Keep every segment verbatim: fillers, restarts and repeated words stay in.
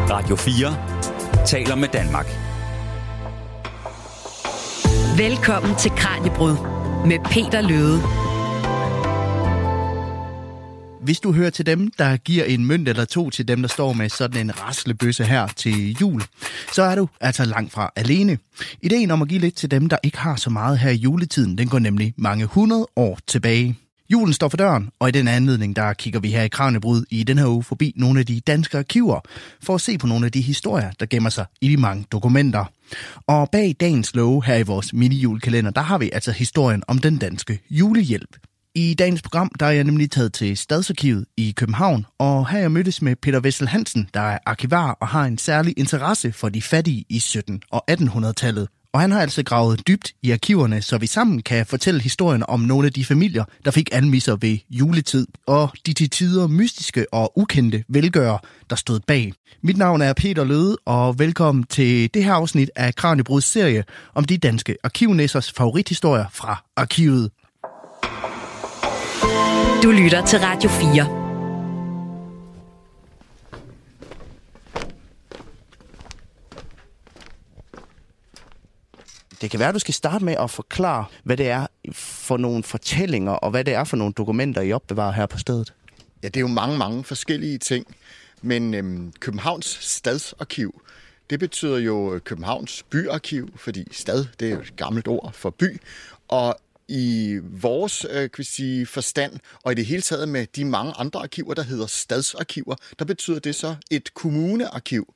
Radio fire taler med Danmark. Velkommen til Kraniebrud med Peter Løde. Hvis du hører til dem, der giver en mønt eller to til dem, der står med sådan en raslebøsse her til jul, så er du altså langt fra alene. Ideen om at give lidt til dem, der ikke har så meget her i juletiden, den går nemlig mange hundrede år tilbage. Julen står for døren, og i den anledning, der kigger vi her i Kraniebrud i den her uge forbi nogle af de danske arkiver, for at se på nogle af de historier, der gemmer sig i de mange dokumenter. Og bag dagens love her i vores mini-julekalender, der har vi altså historien om den danske julehjælp. I dagens program, der er jeg nemlig taget til Stadsarkivet i København, og her er jeg mødtes med Peter Wessel Hansen, der er arkivar og har en særlig interesse for de fattige i sytten- og attenhundredetallet. Og han har altså gravet dybt i arkiverne, så vi sammen kan fortælle historien om nogle af de familier, der fik almisser ved juletid, og de til tider mystiske og ukendte velgørere, der stod bag. Mit navn er Peter Løde, og velkommen til det her afsnit af Kranjebruds serie om de danske arkivnæssers favorithistorier fra arkivet. Du lytter til Radio fire. Det kan være, at du skal starte med at forklare, hvad det er for nogle fortællinger, og hvad det er for nogle dokumenter, I opbevarer her på stedet. Ja, det er jo mange, mange forskellige ting. Men øhm, Københavns Stadsarkiv, det betyder jo Københavns Byarkiv, fordi stad, det er jo et gammelt ord for by. Og i vores øh, kan vi sige, forstand, og i det hele taget med de mange andre arkiver, der hedder stadsarkiver, der betyder det så et kommunearkiv.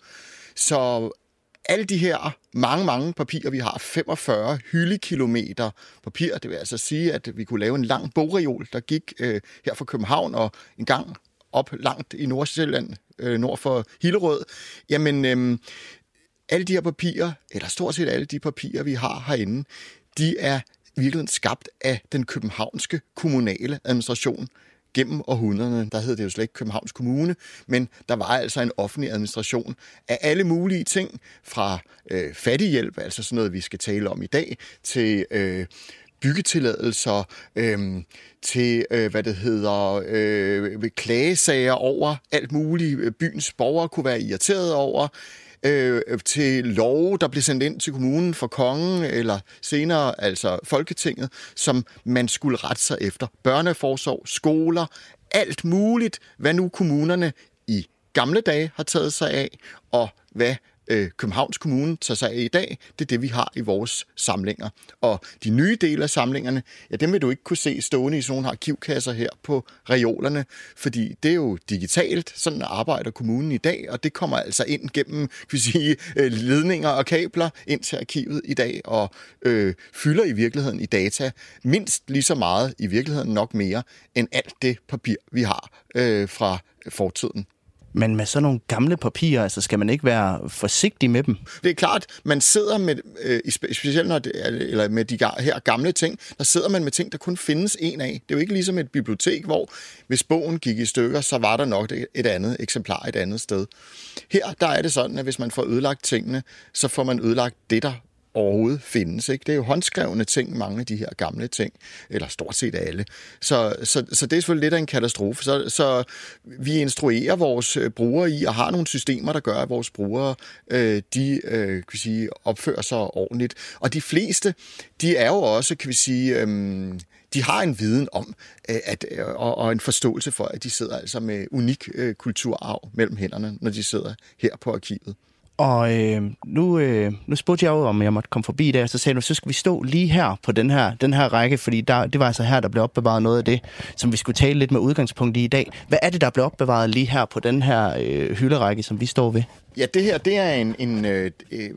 Så alle de her mange, mange papirer, vi har femogfyrre hyldekilometer papir, det vil altså sige, at vi kunne lave en lang bogreol, der gik øh, her fra København og en gang op langt i Nordsjælland, øh, nord for Hillerød. Jamen, øh, alle de her papirer, eller stort set alle de papirer, vi har herinde, de er i virkeligheden skabt af den københavnske kommunale administration. Gennem århundrederne, der hed det jo slet ikke Københavns Kommune, men der var altså en offentlig administration af alle mulige ting, fra øh, fattighjælp, altså sådan noget, vi skal tale om i dag, til øh, byggetilladelser, øh, til øh, hvad det hedder, øh, ved klagesager over alt muligt, byens borgere kunne være irriteret over, øh, til love, der blev sendt ind til kommunen for kongen, eller senere altså Folketinget, som man skulle rette sig efter. Børneforsorg, skoler, alt muligt, hvad nu kommunerne i gamle dage har taget sig af, og hvad øh, Københavns Kommune tager sig af i dag, det er det, vi har i vores samlinger. Og de nye dele af samlingerne, ja, dem vil du ikke kunne se stående i sådan nogle arkivkasser her på reolerne, fordi det er jo digitalt, sådan arbejder kommunen i dag, og det kommer altså ind gennem, kan vi sige, ledninger og kabler ind til arkivet i dag, og øh, fylder i virkeligheden i data mindst lige så meget, i virkeligheden nok mere, end alt det papir, vi har øh, fra fortiden. Men med sådan nogle gamle papirer, altså skal man ikke være forsigtig med dem? Det er klart, man sidder med, øh, specielt når det, eller med de her gamle ting, der sidder man med ting, der kun findes en af. Det er jo ikke ligesom et bibliotek, hvor hvis bogen gik i stykker, så var der nok et andet eksemplar et andet sted. Her der er det sådan, at hvis man får ødelagt tingene, så får man ødelagt det, der overhovedet findes. Ikke? Det er jo håndskrevne ting, mange af de her gamle ting, eller stort set alle. Så, så, så det er selvfølgelig lidt af en katastrofe. Så, så vi instruerer vores brugere i, og har nogle systemer, der gør, at vores brugere øh, de øh, kan vi sige, opfører sig ordentligt. Og de fleste, de er jo også, kan vi sige, øh, de har en viden om, at, og, og en forståelse for, at de sidder altså med unik øh, kulturarv mellem hænderne, når de sidder her på arkivet. Og øh, nu, øh, nu spurgte jeg jo, om jeg måtte komme forbi der, så sagde du, så skal vi stå lige her på den her, den her række, fordi der, det var altså her, der blev opbevaret noget af det, som vi skulle tale lidt med udgangspunkt i i dag. Hvad er det, der blev opbevaret lige her på den her øh, hylderække, som vi står ved? Ja, det her det er en, en, øh,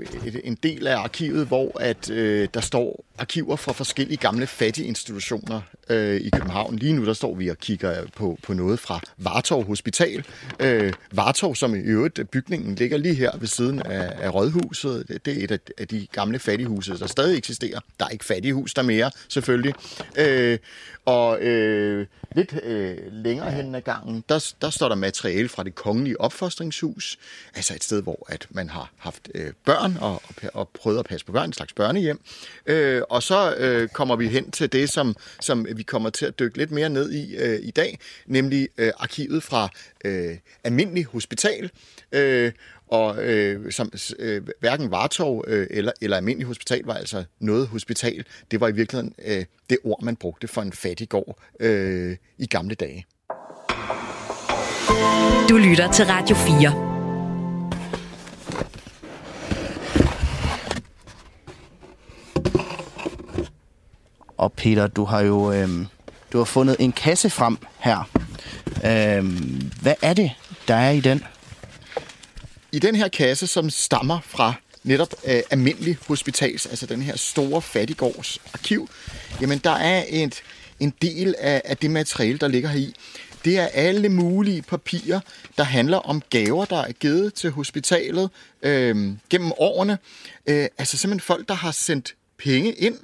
en del af arkivet, hvor at, øh, der står arkiver fra forskellige gamle fattige institutioner øh, i København. Lige nu der står vi og kigger på, på noget fra Vartov Hospital. Øh, Vartov, som i øvrigt bygningen ligger lige her ved siden af, af Rådhuset. Det, det er et af, af de gamle fattighuse, der stadig eksisterer. Der er ikke fattighus der mere, selvfølgelig. Øh, og øh, lidt øh, længere hen ad gangen, der, der står der materiale fra det kongelige opfostringshus. Altså et sted, hvor at man har haft øh, børn og, og, og prøvet at passe på børn, en slags børnehjem. Øh, og så øh, kommer vi hen til det, som, som vi kommer til at dykke lidt mere ned i øh, i dag, nemlig øh, arkivet fra øh, Almindelig Hospital, øh, og øh, som øh, hverken Vartov øh, eller, eller Almindelig Hospital var altså noget hospital. Det var i virkeligheden øh, det ord, man brugte for en fattiggård øh, i gamle dage. Du lytter til Radio fire. Og Peter, du har jo øh, du har fundet en kasse frem her. Øh, hvad er det, der er i den? I den her kasse, som stammer fra netop øh, Almindelig Hospitals, altså den her store fattiggårds arkiv, jamen der er et, en del af, af det materiale, der ligger her i. Det er alle mulige papirer, der handler om gaver, der er givet til hospitalet øh, gennem årene. Øh, altså simpelthen folk, der har sendt penge ind,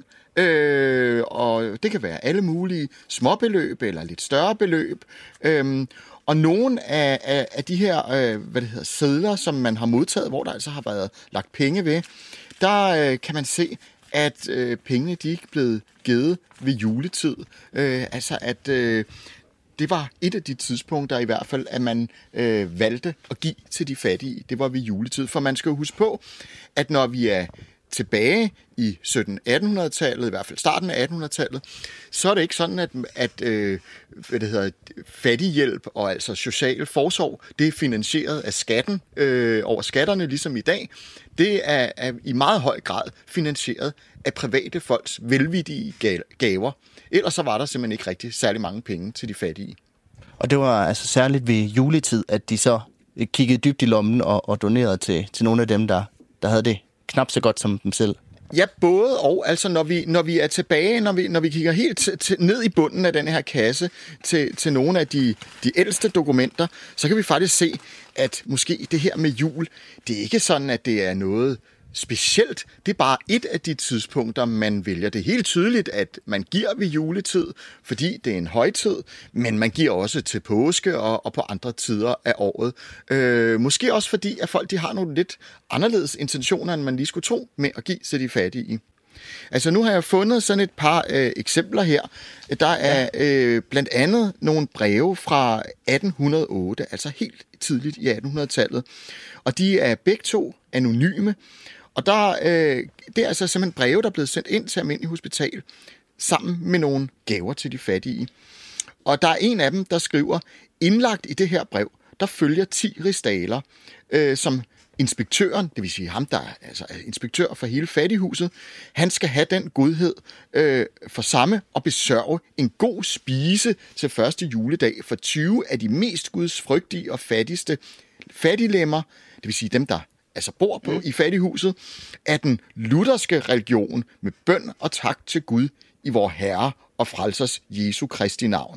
øh, og det kan være alle mulige småbeløb eller lidt større beløb. Øh, og nogle af, af, af de her øh, hvad det hedder, sedler, som man har modtaget, hvor der altså har været lagt penge ved, der øh, kan man se, at øh, pengene de er blevet givet ved juletid. Øh, altså at... Øh, Det var et af de tidspunkter i hvert fald, at man øh, valgte at give til de fattige. Det var ved juletid. For man skal jo huske på, at når vi er tilbage i sytten-attenhundredetallet, i hvert fald starten af attenhundredetallet, så er det ikke sådan, at, at øh, hvad det hedder, fattighjælp og altså social forsorg, det er finansieret af skatten øh, over skatterne, ligesom i dag. Det er, er i meget høj grad finansieret af private folks velvillige gaver. Ellers så var der simpelthen ikke rigtig særlig mange penge til de fattige. Og det var altså særligt ved juletid, at de så kiggede dybt i lommen og, og donerede til, til nogle af dem, der, der havde det knap så godt som dem selv. Ja, både og. Altså, når vi, når vi er tilbage, når vi, når vi kigger helt til, til, ned i bunden af den her kasse til, til nogle af de, de ældste dokumenter, så kan vi faktisk se, at måske det her med jul, det er ikke sådan, at det er noget specielt. Det er bare et af de tidspunkter, man vælger. Det er helt tydeligt, at man giver ved juletid, fordi det er en højtid, men man giver også til påske og, og på andre tider af året. Øh, måske også fordi, at folk de har nogle lidt anderledes intentioner, end man lige skulle tro med at give til de fattige. Altså nu har jeg fundet sådan et par øh, eksempler her. Der er øh, blandt andet nogle breve fra atten hundrede og otte, altså helt tidligt i attenhundredetallet. Og de er begge to anonyme. Og der, øh, det er altså simpelthen breve, der er blevet sendt ind til Almindelig Hospital, sammen med nogle gaver til de fattige. Og der er en af dem, der skriver, indlagt i det her brev, der følger ti rigsdaler, øh, som inspektøren, det vil sige ham, der er altså inspektør for hele fattighuset, han skal have den godhed øh, for samme og besørge en god spise til første juledag for tyve af de mest gudsfrygtige og fattigste fattiglemmer, det vil sige dem, der altså bor på, mm. i fattighuset, af den lutherske religion med bøn og tak til Gud i vor Herre og Frelsers Jesu Kristi navn.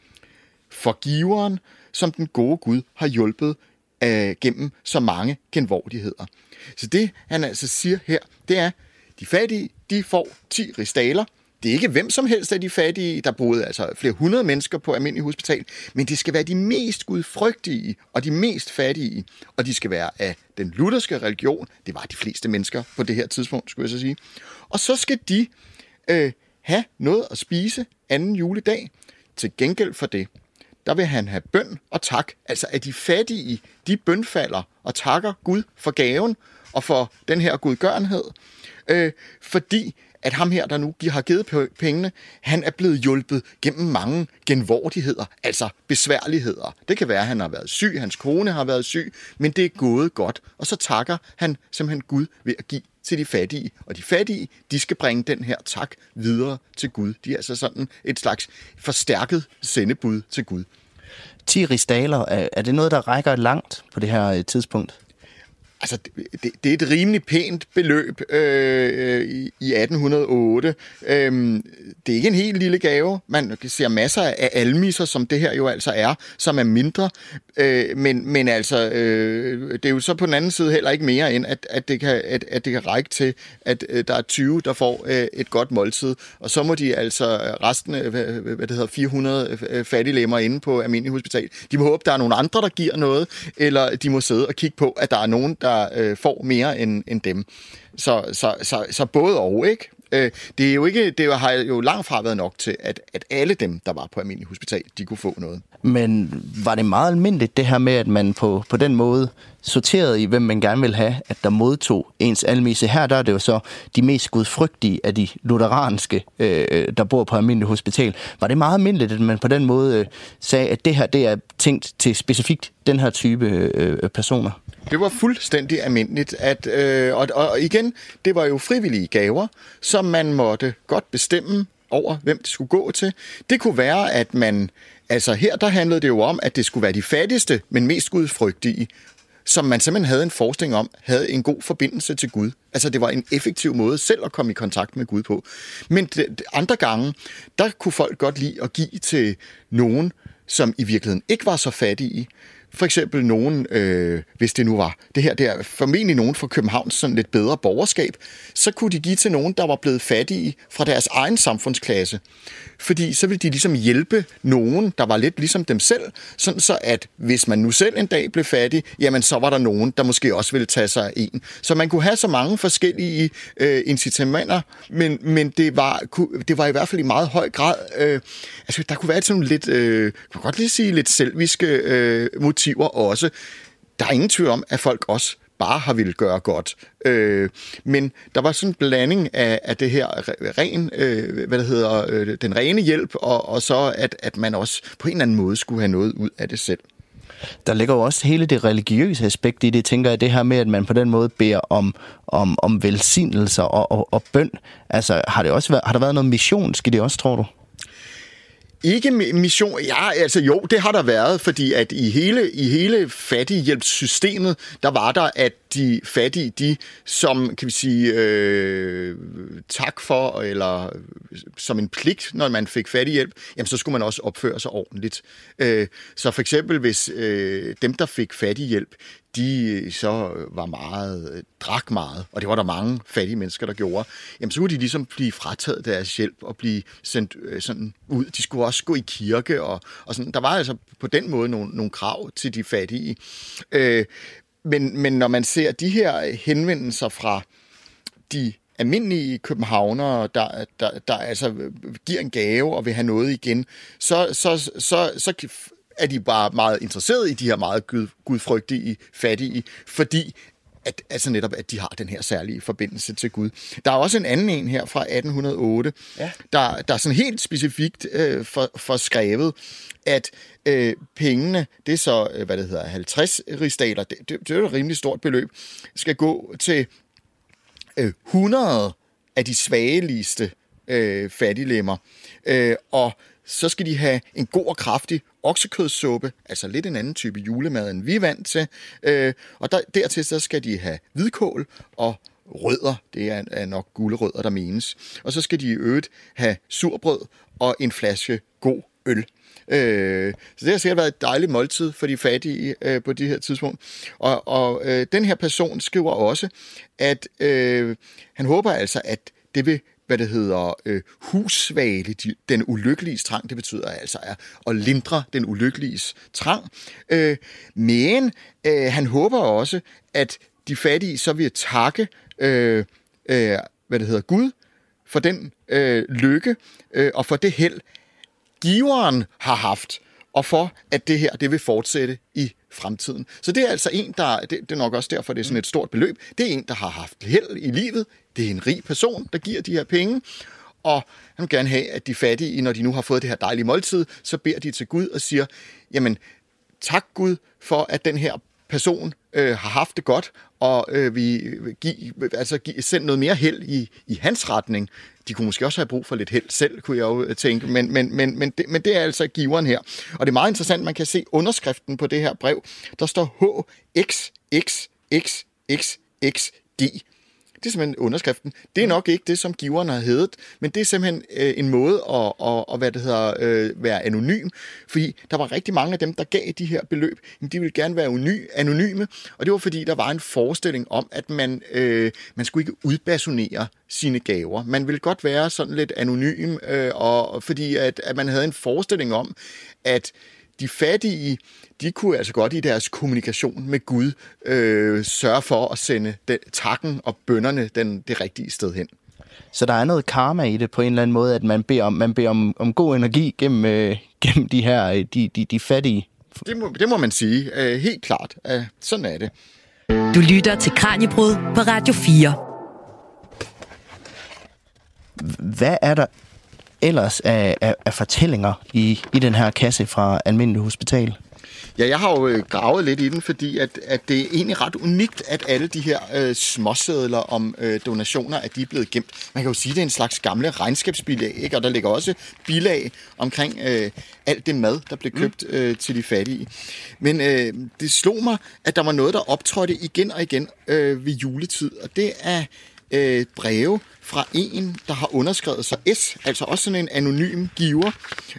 For giveren, som den gode Gud har hjulpet øh, gennem så mange genvordigheder. Så det, han altså siger her, det er, de fattige, de får ti rigsdaler. Det er ikke hvem som helst af de fattige, der boede altså flere hundrede mennesker på Almindelig Hospital, men det skal være de mest gudfrygtige og de mest fattige, og de skal være af den lutherske religion. Det var de fleste mennesker på det her tidspunkt, skulle jeg så sige. Og så skal de øh, have noget at spise anden juledag. Til gengæld for det, der vil han have bøn og tak, altså at de fattige, de bønfalder og takker Gud for gaven og for den her gudgørenhed, øh, fordi at ham her, der nu har givet pengene, han er blevet hjulpet gennem mange genvordigheder, altså besværligheder. Det kan være, at han har været syg, hans kone har været syg, men det er gået godt. Og så takker han simpelthen Gud ved at give til de fattige. Og de fattige, de skal bringe den her tak videre til Gud. De er altså sådan et slags forstærket sendebud til Gud. ti rigsdaler, er det noget, der rækker langt på det her tidspunkt? Altså, det, det er et rimelig pænt beløb øh, i, i atten hundrede og otte. Øhm, det er ikke en helt lille gave. Man ser masser af almisser, som det her jo altså er, som er mindre. Øh, men, men altså, øh, det er jo så på den anden side heller ikke mere end, at, at, det, kan, at, at det kan række til, at øh, der er tyve, der får øh, et godt måltid. Og så må de altså resten af, hvad, hvad det hedder, fire hundrede fattiglemmer inde på Almindelig Hospital. De må håbe, der er nogle andre, der giver noget, eller de må sidde og kigge på, at der er nogen, der der øh, får mere end, end dem. Så, så, så, så både og, ikke? Øh, det er jo ikke, det har jo langt fra været nok til, at, at alle dem, der var på Almindelig Hospital, de kunne få noget. Men var det meget almindeligt, det her med, at man på, på den måde sorterede i, hvem man gerne ville have, at der modtog ens almisse? Her der er det jo så de mest gudfrygtige af de lutheranske, øh, der bor på Almindelig Hospital. Var det meget almindeligt, at man på den måde øh, sagde, at det her det er tænkt til specifikt den her type øh, personer? Det var fuldstændig almindeligt, at, øh, og, og igen, det var jo frivillige gaver, som man måtte godt bestemme over, hvem det skulle gå til. Det kunne være, at man, altså her der handlede det jo om, at det skulle være de fattigste, men mest gudfrygtige, som man simpelthen havde en forestilling om, havde en god forbindelse til Gud. Altså det var en effektiv måde selv at komme i kontakt med Gud på. Men de, de andre gange, der kunne folk godt lide at give til nogen, som i virkeligheden ikke var så fattige. For eksempel nogen, øh, hvis det nu var det her, det er formentlig nogen fra Københavns sådan lidt bedre borgerskab, så kunne de give til nogen, der var blevet fattige fra deres egen samfundsklasse. Fordi så ville de ligesom hjælpe nogen, der var lidt ligesom dem selv, sådan så at hvis man nu selv en dag blev fattig, jamen så var der nogen, der måske også ville tage sig af en. Så man kunne have så mange forskellige øh, incitamenter, men, men det, var, det var i hvert fald i meget høj grad, øh, altså der kunne være sådan lidt, øh, jeg kan godt lige sige lidt selviske øh, motiver også. Der er ingen tvivl om, at folk også bare har ville gøre godt. Øh, men der var sådan en blanding af, af det her ren, øh, hvad det hedder, øh, den rene hjælp, og, og så at, at man også på en eller anden måde skulle have noget ud af det selv. Der ligger jo også hele det religiøse aspekt i det, tænker jeg, det her med, at man på den måde beder om, om, om velsignelser og, og, og bøn. Altså, har, det også været, har der været noget missionsk i det også, tror du? Ikke mission, ja, altså jo, det har der været, fordi at i hele, i hele fattighjælpssystemet, der var der, at de fattige, de som, kan vi sige, øh, tak for, eller som en pligt, når man fik fattighjælp, jamen så skulle man også opføre sig ordentligt. Øh, så for eksempel, hvis øh, dem, der fik fattighjælp, de så var meget, drak meget, og det var der mange fattige mennesker, der gjorde, jamen så kunne de ligesom blive frataget deres hjælp og blive sendt øh, sådan ud. De skulle også gå i kirke, og, og sådan. Der var altså på den måde nogle, nogle krav til de fattige. Øh, men, men når man ser de her henvendelser fra de almindelige københavnere, der, der, der altså giver en gave og vil have noget igen, så, så, så, så er de bare meget interesserede i de her meget gud, gudfrygtige fattige, fordi at, altså netop, at de har den her særlige forbindelse til Gud. Der er også en anden en her fra atten hundrede og otte, ja. der, der er sådan helt specifikt øh, for, for skrevet, at øh, pengene, det er så, øh, hvad det hedder, halvtreds rigsdaler, det, det, det er jo et rimelig stort beløb, skal gå til øh, hundrede af de svageligste øh, fattiglemmer, øh, og så skal de have en god og kraftig oksekødssuppe, altså lidt en anden type julemad, end vi er vant til. Øh, og der, dertil så skal de have hvidkål og rødder, det er, er nok gulerødder, der menes. Og så skal de i øvrigt have surbrød og en flaske god øl. Øh, så det har sikkert været et dejligt måltid for de fattige øh, på det her tidspunkt. Og, og øh, den her person skriver også, at øh, han håber altså, at det vil hvad det hedder, øh, hussvale, den ulykkelige trang, det betyder altså er at lindre den ulykkelige trang. Øh, men øh, han håber også, at de fattige så vil takke, øh, øh, hvad det hedder, Gud, for den øh, lykke øh, og for det held, giveren har haft, og for at det her, det vil fortsætte i fremtiden. Så det er altså en, der, det, det er nok også derfor, det er sådan et stort beløb, det er en, der har haft held i livet, det er en rig person, der giver de her penge, og han vil gerne have, at de fattige, når de nu har fået det her dejlige måltid, så beder de til Gud og siger, jamen tak Gud for, at den her person øh, har haft det godt, og øh, vi give, altså, give, send noget mere held i, i hans retning. De kunne måske også have brug for lidt held selv, kunne jeg jo tænke, men, men, men, men, det, men det er altså giveren her. Og det er meget interessant, man kan se underskriften på det her brev. Der står H X X X X X D. Det er simpelthen underskriften. Det er nok ikke det, som giveren har heddet, men det er simpelthen øh, en måde at, at, at hvad det hedder, øh, være anonym, fordi der var rigtig mange af dem, der gav de her beløb, men de ville gerne være ony, anonyme, og det var fordi, der var en forestilling om, at man, øh, man skulle ikke udbasunere sine gaver. Man ville godt være sådan lidt anonym, øh, og, fordi at, at man havde en forestilling om, at de fattige, de kunne altså godt i deres kommunikation med Gud øh, sørge for at sende den, takken og bønnerne den, det rigtige sted hen. Så der er noget karma i det på en eller anden måde, at man beder om, man beder om, om god energi gennem, øh, gennem de her de, de, de fattige. Det må, det må man sige. Øh, helt klart. Øh, sådan er det. Du lytter til Kraniebrud på Radio fire. Hvad er der ellers af, af, af fortællinger i, i den her kasse fra Almindelig Hospital? Ja, jeg har jo gravet lidt i den, fordi at, at det er egentlig ret unikt, at alle de her øh, småsedler om øh, donationer, at de er blevet gemt. Man kan jo sige, at det er en slags gamle regnskabsbilag, ikke? Og der ligger også bilag omkring øh, alt det mad, der blev købt øh, til de fattige. Men øh, det slog mig, at der var noget, der optrådte igen og igen øh, ved juletid, og det er øh, breve fra en, der har underskrevet sig S, altså også sådan en anonym giver,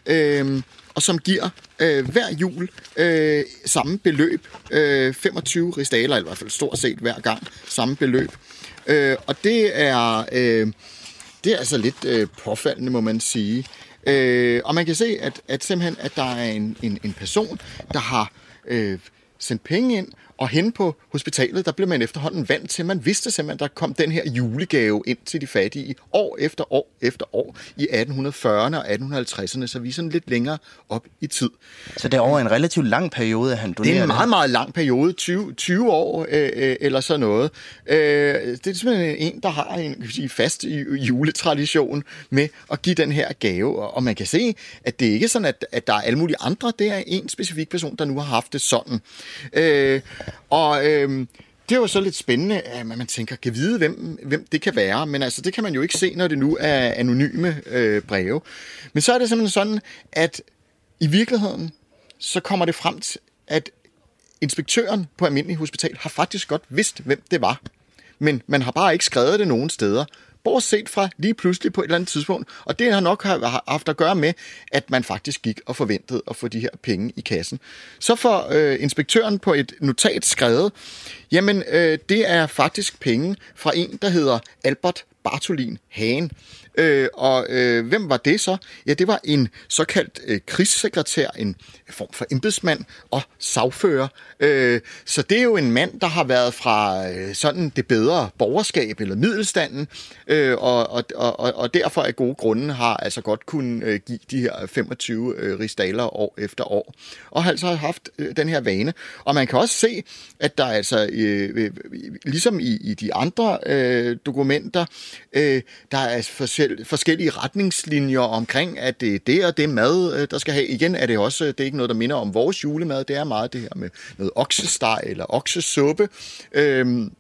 øh, og som giver øh, hver jul øh, samme beløb, øh, femogtyve rigsdaler, eller i hvert fald stort set hver gang samme beløb. Øh, og det er, øh, det er altså lidt øh, påfaldende, må man sige. Øh, og man kan se, at, at simpelthen, at der er en, en, en person, der har øh, sendt penge ind, og hen på hospitalet, der blev man efterhånden vant til. Man vidste simpelthen, der kom den her julegave ind til de fattige år efter år efter år i atten fyrrerne og atten halvtredserne, så vi er sådan lidt længere op i tid. Så det er over en relativt lang periode, at han donerer. Det er en meget, meget lang periode, tyve, tyve år øh, eller sådan noget. Øh, det er simpelthen en, der har en kan sige, fast juletradition med at give den her gave, og man kan se, at det ikke er sådan, at, at der er alle mulige andre. Det er en specifik person, der nu har haft det sådan. Øh, Og øh, det er jo så lidt spændende, at man tænker, kan vide, hvem, hvem det kan være. Men altså, det kan man jo ikke se, når det nu er anonyme øh, breve. Men så er det simpelthen sådan, at i virkeligheden, så kommer det frem til, at inspektøren på Almindelig Hospital har faktisk godt vidst, hvem det var. Men man har bare ikke skrevet det nogen steder. Bortset fra lige pludselig på et eller andet tidspunkt. Og det har nok haft at gøre med, at man faktisk gik og forventede at få de her penge i kassen. Så får øh, inspektøren på et notat skrevet, jamen øh, det er faktisk penge fra en, der hedder Albert Bartolin Hagen. Øh, og øh, hvem var det så? Ja, det var en såkaldt øh, krigssekretær, en form for embedsmand og sagfører. Øh, så det er jo en mand, der har været fra øh, sådan det bedre borgerskab eller middelstanden, øh, og, og, og, og derfor af gode grunde har altså godt kunne øh, give de her femogtyve øh, rigsdaler år efter år. Og har altså haft øh, den her vane. Og man kan også se, at der altså, øh, ligesom i, i de andre øh, dokumenter, øh, der er forskellige forskellige retningslinjer omkring, at det er det og det mad, der skal have. Igen er det også, det er ikke noget, der minder om vores julemad, det er meget det her med noget oksesteg eller oksesuppe, øhm,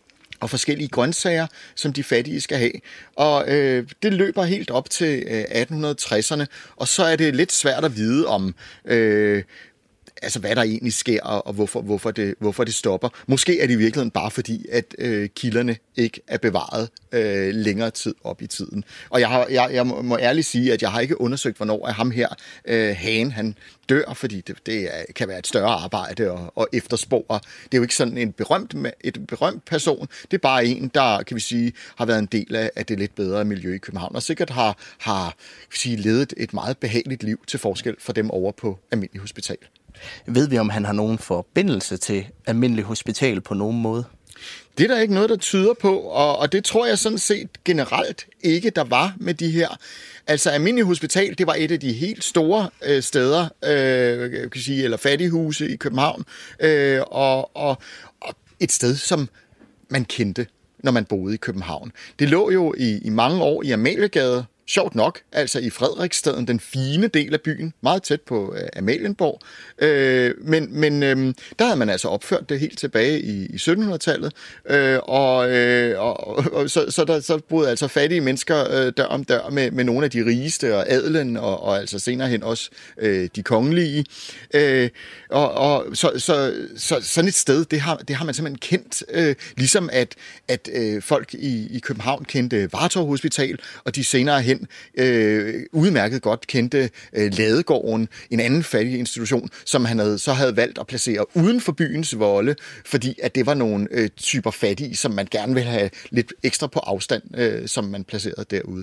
og forskellige grøntsager, som de fattige skal have. Og øh, det løber helt op til øh, atten tresserne, og så er det lidt svært at vide om øh, altså hvad der egentlig sker, og hvorfor, hvorfor, det, hvorfor det stopper. Måske er det i virkeligheden bare fordi, at øh, kilderne ikke er bevaret øh, længere tid op i tiden. Og jeg, har, jeg, jeg må ærligt sige, at jeg har ikke undersøgt, hvornår er ham her, øh, Hagen, han dør, fordi det, det er, kan være et større arbejde og, og efterspore. Det er jo ikke sådan en berømt, et berømt person, det er bare en, der kan vi sige, har været en del af, af det lidt bedre miljø i København, og sikkert har, har kan vi sige, ledet et meget behageligt liv til forskel for dem over på Almindelig Hospital. Ved vi, om han har nogen forbindelse til Almindelig Hospital på nogen måde? Det er der ikke noget, der tyder på, og, og det tror jeg sådan set generelt ikke, der var med de her. Altså Almindelig Hospital, det var et af de helt store øh, steder, øh, kan jeg sige, eller fattighuse i København, øh, og, og, og et sted, som man kendte, når man boede i København. Det lå jo i, i mange år i Amaliegade sjovt nok, altså i Frederiksstaden, den fine del af byen, meget tæt på øh, Amalienborg. Øh, men men øh, der havde man altså opført det helt tilbage i, i syttenhundredetallet, øh, og, øh, og, og så, så der så boede altså fattige mennesker øh, dør om dør med, med nogle af de rigeste og adelen, og, og altså senere hen også øh, de kongelige. Øh, og og så, så, så sådan et sted, det har, det har man simpelthen kendt, øh, ligesom at, at øh, folk i, i København kendte Vartov Hospital, og de senere hen øh, udmærket godt kendte øh, Ladegården, en anden fattig institution, som han havde, så havde valgt at placere uden for byens volde, fordi at det var nogle øh, typer fattige, som man gerne ville have lidt ekstra på afstand, øh, som man placerede derude.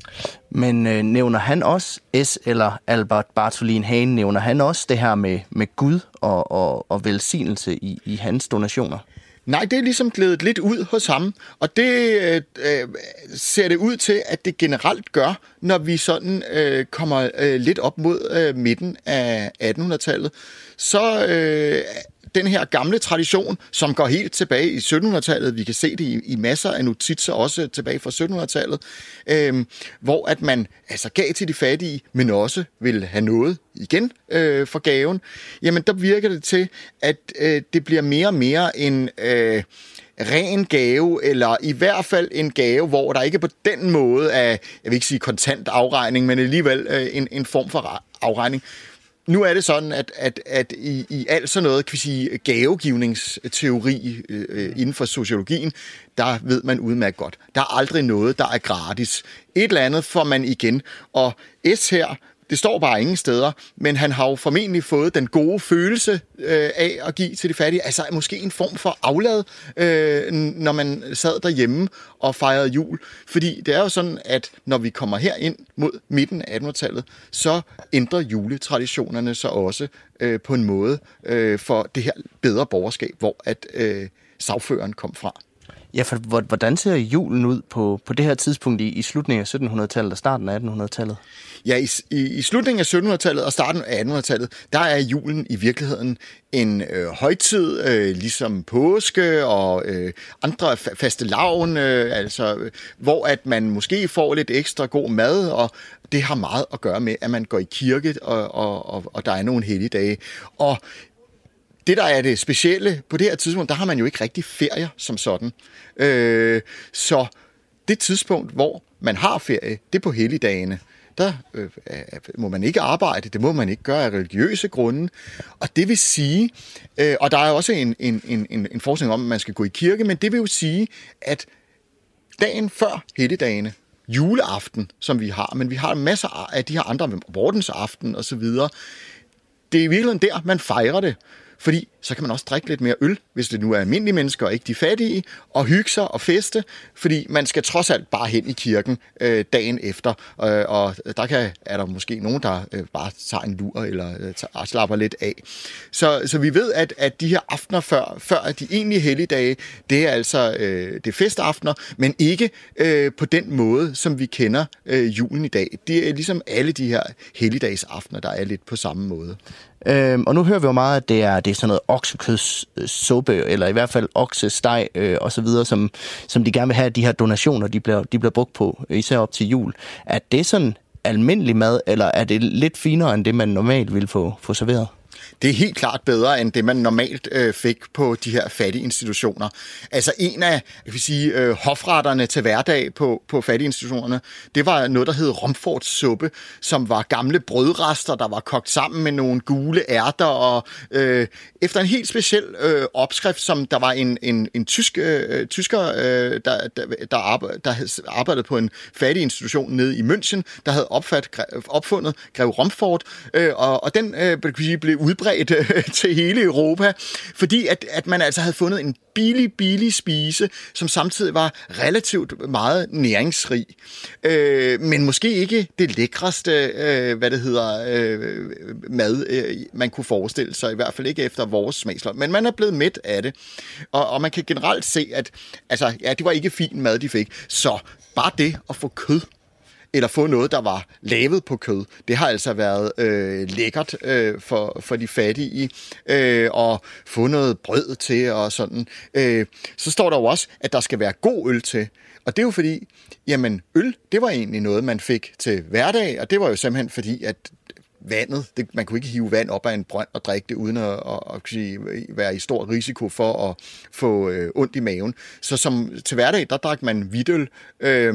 Men øh, nævner han også, S. eller Albert Bartholin Hagen, nævner han også det her med, med Gud og, og, og velsignelse i, i hans donationer? Nej, det er ligesom glædet lidt ud hos ham, og det øh, ser det ud til, at det generelt gør, når vi sådan øh, kommer øh, lidt op mod øh, midten af attenhundredetallet. Så øh, den her gamle tradition, som går helt tilbage i syttenhundredetallet, vi kan se det i, i masser af notitser, også tilbage fra syttenhundredetallet, øh, hvor at man altså gav til de fattige, men også ville have noget igen øh, for gaven, jamen der virker det til, at øh, det bliver mere og mere en øh, ren gave, eller i hvert fald en gave, hvor der ikke på den måde er, jeg vil ikke sige kontant afregning, men alligevel øh, en, en form for afregning. Nu er det sådan, at, at, at i, i alt sådan noget, kan vi sige, gavegivningsteori øh, inden for sociologien, der ved man udmærket godt. Der er aldrig noget, der er gratis. Et eller andet får man igen. Og S her, det står bare ingen steder, men han har jo formentlig fået den gode følelse øh, af at give til de fattige. Altså måske en form for aflad, øh, når man sad derhjemme og fejrede jul. Fordi det er jo sådan, at når vi kommer her ind mod midten af attenhundredetallet, så ændrer juletraditionerne sig også øh, på en måde øh, for det her bedre borgerskab, hvor at øh, sagføreren kom fra. Ja, for hvordan ser julen ud på, på det her tidspunkt i, i slutningen af syttenhundredetallet og starten af attenhundredetallet? Ja, i, i, i slutningen af syttenhundredetallet og starten af attenhundredetallet, der er julen i virkeligheden en øh, højtid, øh, ligesom påske og øh, andre fastelavn, øh, altså, øh, hvor at man måske får lidt ekstra god mad, og det har meget at gøre med, at man går i kirke, og, og, og, og der er nogle helligdage. Og det, der er det specielle på det her tidspunkt, der har man jo ikke rigtig ferier som sådan. Øh, så det tidspunkt, hvor man har ferie, det er på helligdagene. Der øh, må man ikke arbejde, det må man ikke gøre af religiøse grunde. Og det vil sige, øh, og der er også en, en, en, en forskning om, at man skal gå i kirke, men det vil jo sige, at dagen før helligdagene, juleaften, som vi har, men vi har masser af de her andre, Mortensaften og så videre, det er i virkeligheden der, man fejrer det. Fordi så kan man også drikke lidt mere øl, hvis det nu er almindelige mennesker og ikke de fattige, og hygge sig og feste, fordi man skal trods alt bare hen i kirken øh, dagen efter, øh, og der kan, er der måske nogen, der øh, bare tager en lur eller øh, tager, slapper lidt af. Så, så vi ved, at, at de her aftener før, før de egentlige helligdage, det er altså øh, det er festaftener, men ikke øh, på den måde, som vi kender øh, julen i dag. Det er ligesom alle de her helligdagsaftener, der er lidt på samme måde. Øhm, og nu hører vi jo meget, at det er, det er sådan noget oksekødssuppe, eller i hvert fald oksesteg øh, og så videre, som, som de gerne vil have, at de her donationer, de bliver, de bliver brugt på, især op til jul. Er det sådan almindelig mad, eller er det lidt finere, end det, man normalt ville få, få serveret? Det er helt klart bedre, end det man normalt øh, fik på de her fattige institutioner. Altså en af, jeg vil sige, øh, hofretterne til hverdag på, på fattige institutionerne, det var noget, der hed romfortsuppe, som var gamle brødrester, der var kogt sammen med nogle gule ærter, og øh, efter en helt speciel øh, opskrift, som der var en, en, en tysk, øh, tysker, øh, der, der, der, arbejde, der arbejdede på en fattig institution nede i München, der havde opfat, opfundet Grev Romfort, øh, og, og den øh, blev udbredt til hele Europa, fordi at, at man altså havde fundet en billig, billig spise, som samtidig var relativt meget næringsrig. Øh, men måske ikke det lækreste, øh, hvad det hedder, øh, mad, øh, man kunne forestille sig, i hvert fald ikke efter vores smagsløg. Men man er blevet mæt af det, og, og man kan generelt se, at altså, ja, det var ikke fin mad, de fik. Så bare det at få kød, eller få noget, der var lavet på kød. Det har altså været øh, lækkert øh, for, for de fattige, øh, og få noget brød til og sådan. Øh, så står der jo også, at der skal være god øl til. Og det er jo fordi, jamen øl, det var egentlig noget, man fik til hverdag, og det var jo simpelthen fordi, at vandet, det, man kunne ikke hive vand op af en brønd og drikke det, uden at, at, at sige, være i stor risiko for at få øh, ondt i maven. Så som til hverdag, der drak man hvidtøl, øh,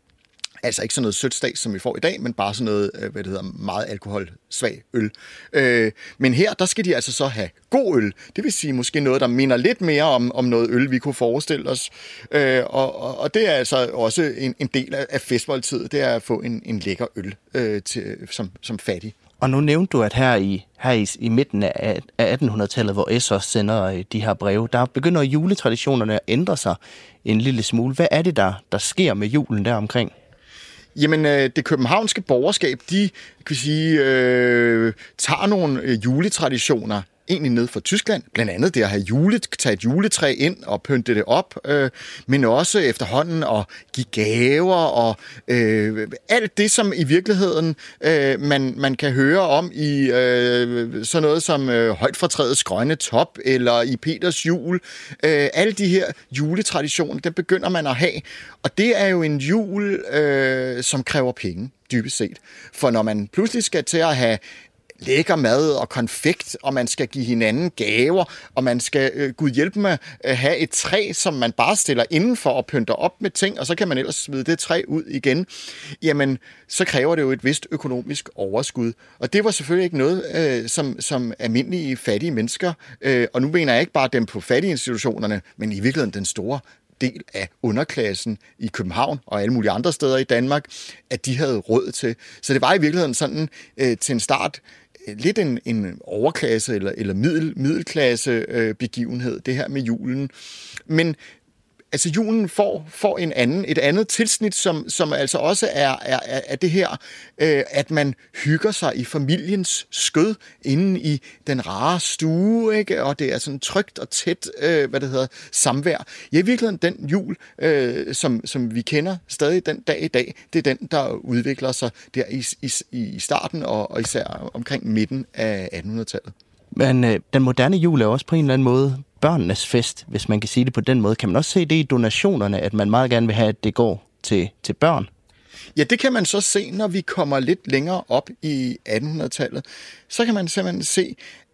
altså ikke sådan noget sødt stads, som vi får i dag, men bare sådan noget, øh, hvad det hedder, meget alkoholsvag øl. Øh, men her, der skal de altså så have god øl. Det vil sige måske noget, der minder lidt mere om, om noget øl, vi kunne forestille os. Øh, og, og det er altså også en, en del af festmåltidet, det er at få en, en lækker øl øh, til, som, som fattig. Og nu nævnte du, at her i, her i, i midten af attenhundredetallet, hvor S også sender de her breve, der begynder juletraditionerne at ændre sig en lille smule. Hvad er det, der, der sker med julen der omkring? Jamen, det københavnske borgerskab, de kan sige, øh, tager nogle juletraditioner egentlig ned fra Tyskland, blandt andet det at have julet, tage et juletræ ind og pynte det op, øh, men også efterhånden at give gaver og øh, alt det, som i virkeligheden øh, man, man kan høre om i øh, sådan noget som øh, højt fra træets grønne top eller i Peters jul. Øh, alle de her juletraditioner, det begynder man at have, og det er jo en jul, øh, som kræver penge, dybest set. For når man pludselig skal til at have lækker mad og konfekt, og man skal give hinanden gaver, og man skal, øh, gud hjælpe med, øh, have et træ, som man bare stiller indenfor og pynter op med ting, og så kan man ellers smide det træ ud igen, jamen, så kræver det jo et vist økonomisk overskud. Og det var selvfølgelig ikke noget, øh, som, som almindelige fattige mennesker, øh, og nu mener jeg ikke bare dem på fattige institutionerne, men i virkeligheden den store del af underklassen i København og alle mulige andre steder i Danmark, at de havde råd til. Så det var i virkeligheden sådan øh, til en start lidt en, en overklasse eller, eller middel, middelklasse øh, begivenhed, det her med julen. Men altså julen får, får en anden, et andet tilsnit, som, som altså også er, er, er det her, øh, at man hygger sig i familiens skød inde i den rare stue, ikke? Og det er sådan trygt og tæt, øh, hvad det hedder, samvær. Ja, i virkeligheden den jul, øh, som, som vi kender stadig den dag i dag, det er den, der udvikler sig der i, i, i starten og, og især omkring midten af attenhundredetallet. Men øh, den moderne jul er også på en eller anden måde børnenes fest, hvis man kan sige det på den måde. Kan man også se det i donationerne, at man meget gerne vil have, at det går til, til børn? Ja, det kan man så se, når vi kommer lidt længere op i attenhundredetallet. Så kan man simpelthen se,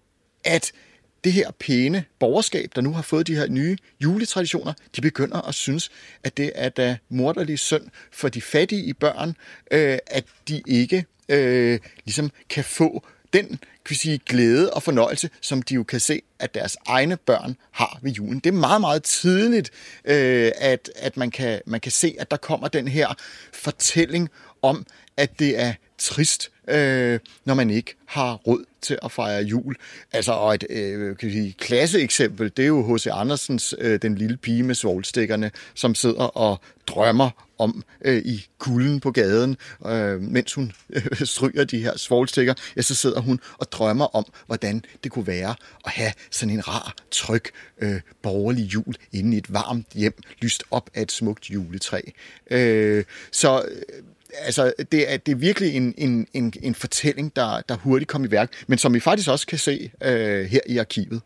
at det her pæne borgerskab, der nu har fået de her nye juletraditioner, de begynder at synes, at det er da morderlig synd for de fattige børn, øh, at de ikke øh, ligesom kan få den kan vi sige, glæde og fornøjelse, som de jo kan se, at deres egne børn har ved julen. Det er meget, meget tidligt, øh, at, at man, kan, man kan se, at der kommer den her fortælling om, at det er trist, øh, når man ikke har råd til at fejre jul. Altså, og et øh, kan vi sige, klasseeksempel, det er jo H C Andersens øh, Den lille pige med svovlstikkerne, som sidder og drømmer om øh, i kulden på gaden, øh, mens hun øh, stryger de her svovlstikker, ja, så sidder hun og drømmer om, hvordan det kunne være at have sådan en rar, tryg, øh, borgerlig jul inde i et varmt hjem, lyst op af et smukt juletræ. Øh, så øh, altså, det er, det er virkelig en, en, en, en fortælling, der, der hurtigt kom i værk, men som vi faktisk også kan se øh, her i arkivet.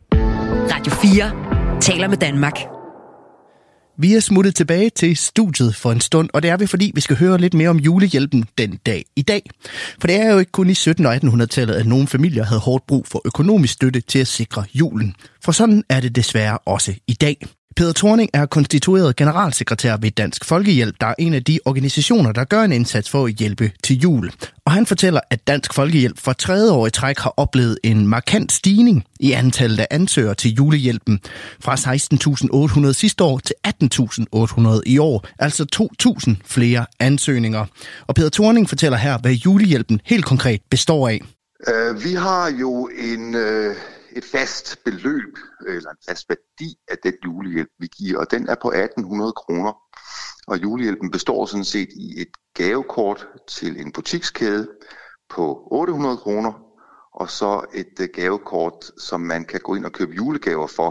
Radio fire taler med Danmark. Vi er smuttet tilbage til studiet for en stund, og det er vi, fordi vi skal høre lidt mere om julehjælpen den dag i dag. For det er jo ikke kun i sytten- og attenhundredetallet, at nogle familier havde hårdt brug for økonomisk støtte til at sikre julen. For sådan er det desværre også i dag. Peder Thorning er konstitueret generalsekretær ved Dansk Folkehjælp, der er en af de organisationer, der gør en indsats for at hjælpe til jul. Og han fortæller, at Dansk Folkehjælp for tredje år i træk har oplevet en markant stigning i antallet af ansøgere til julehjælpen. Fra seksten tusind otte hundrede sidste år til atten tusind otte hundrede i år, altså to tusind flere ansøgninger. Og Peder Thorning fortæller her, hvad julehjælpen helt konkret består af. Uh, vi har jo en... Uh... et fast beløb, eller en fast værdi af den julehjælp, vi giver, og den er på atten hundrede kroner. Og julehjælpen består sådan set i et gavekort til en butikskæde på otte hundrede kroner, og så et gavekort, som man kan gå ind og købe julegaver for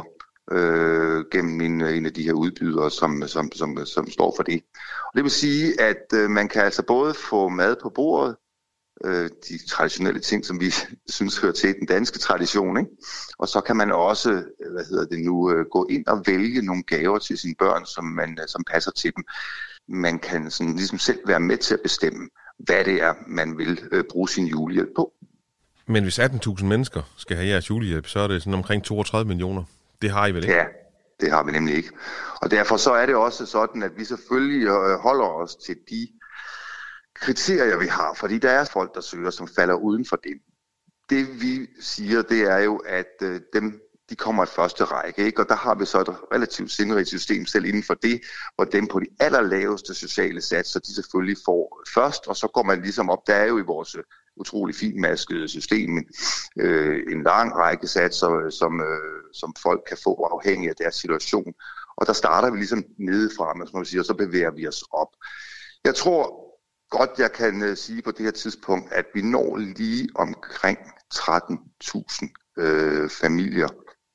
øh, gennem en, en af de her udbydere, som, som, som, som står for det. Og det vil sige, at øh, man kan altså både få mad på bordet, øh, de traditionelle ting, som vi synes hører til den danske tradition, ikke? Og så kan man også, hvad hedder det nu, øh, gå ind og vælge nogle gaver til sine børn, som, man, som passer til dem. Man kan sådan ligesom selv være med til at bestemme, hvad det er, man vil øh, bruge sin julehjælp på. Men hvis atten tusind mennesker skal have jeres julehjælp, så er det sådan omkring toogtredive millioner. Det har I vel ikke? Ja, det har vi nemlig ikke. Og derfor så er det også sådan, at vi selvfølgelig holder os til de kriterier, vi har. Fordi der er folk, der søger, som falder uden for det. Det vi siger, det er jo, at øh, dem, de kommer i første række, ikke? Og der har vi så et relativt sindrigt system selv inden for det, hvor dem på de allerlaveste sociale satser, de selvfølgelig får først, og så går man ligesom op. Der er jo i vores utrolig finmaskede system øh, en lang række satser, som, øh, som folk kan få afhængig af deres situation. Og der starter vi ligesom nedefra, man skal sige, og så bevæger vi os op. Jeg tror godt, jeg kan uh, sige på det her tidspunkt, at vi når lige omkring tretten tusind øh, familier,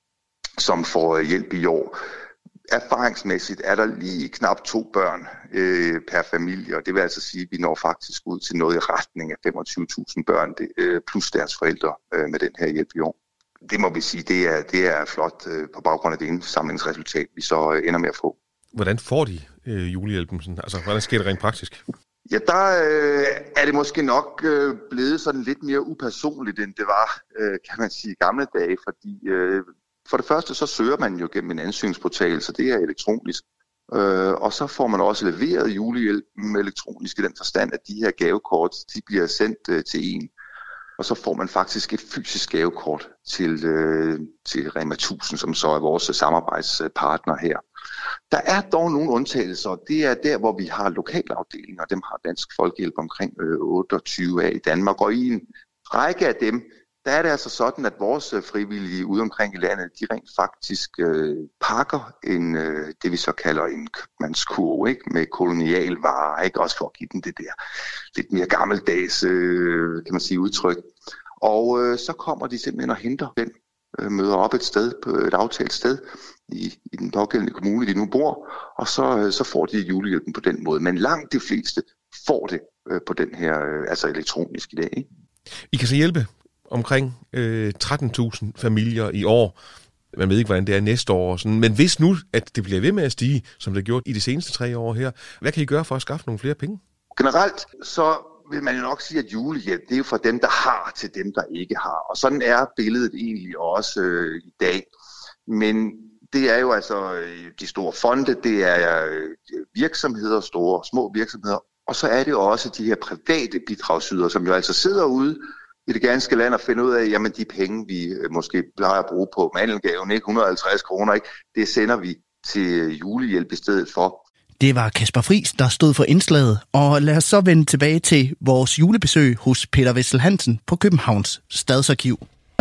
som får hjælp i år. Erfaringsmæssigt er der lige knap to børn øh, per familie, og det vil altså sige, at vi når faktisk ud til noget i retning af femogtyve tusind børn det, øh, plus deres forældre øh, med den her hjælp i år. Det må vi sige, det er, det er flot øh, på baggrund af det indsamlingsresultat, vi så øh, ender med at få. Hvordan får de øh, julehjælpen? Altså, hvordan sker det rent praktisk? Ja, der øh, er det måske nok øh, blevet sådan lidt mere upersonligt, end det var, øh, kan man sige, i gamle dage, fordi øh, for det første så søger man jo gennem en ansøgningsportal, så det er elektronisk, øh, og så får man også leveret julehjælp elektronisk i den forstand, at de her gavekort, de bliver sendt øh, til en, og så får man faktisk et fysisk gavekort til, øh, til Rema tusind, som så er vores samarbejdspartner her. Der er dog nogle undtagelser, det er der, hvor vi har lokalafdelinger, dem har Dansk Folkehjælp omkring øh, otteogtyve af i Danmark, og i en række af dem, der er det altså sådan, at vores frivillige ude omkring i landet, de rent faktisk øh, pakker en, øh, det vi så kalder en købmandskurv, ikke? Med kolonialvarer, ikke? Også for at give dem det der lidt mere gammeldags, øh, kan man sige, udtryk. Og øh, så kommer de simpelthen og henter den, øh, møder op et sted, på et aftalt sted i, i den pågældende kommune, de nu bor, og så, øh, så får de julehjælpen på den måde. Men langt de fleste får det øh, på den her, øh, altså elektronisk i dag, ikke? I kan så hjælpe omkring øh, tretten tusind familier i år. Man ved ikke, hvordan det er næste år. Sådan. Men hvis nu, at det bliver ved med at stige, som det har gjort i de seneste tre år her, hvad kan I gøre for at skaffe nogle flere penge? Generelt så vil man jo nok sige, at julehjælp, det er jo fra dem, der har, til dem, der ikke har. Og sådan er billedet egentlig også øh, i dag. Men det er jo altså øh, de store fonde, det er øh, virksomheder, store og små virksomheder. Og så er det jo også de her private bidragsydere, som jo altså sidder ude i det ganske land og finde ud af, jamen de penge, vi måske plejer at bruge på mandelgaven, ikke et hundrede og halvtreds kroner, ikke, det sender vi til julehjælp i stedet for. Det var Kasper Friis, der stod for indslaget, og lad os så vende tilbage til vores julebesøg hos Peter Wessel Hansen på Københavns Stadsarkiv.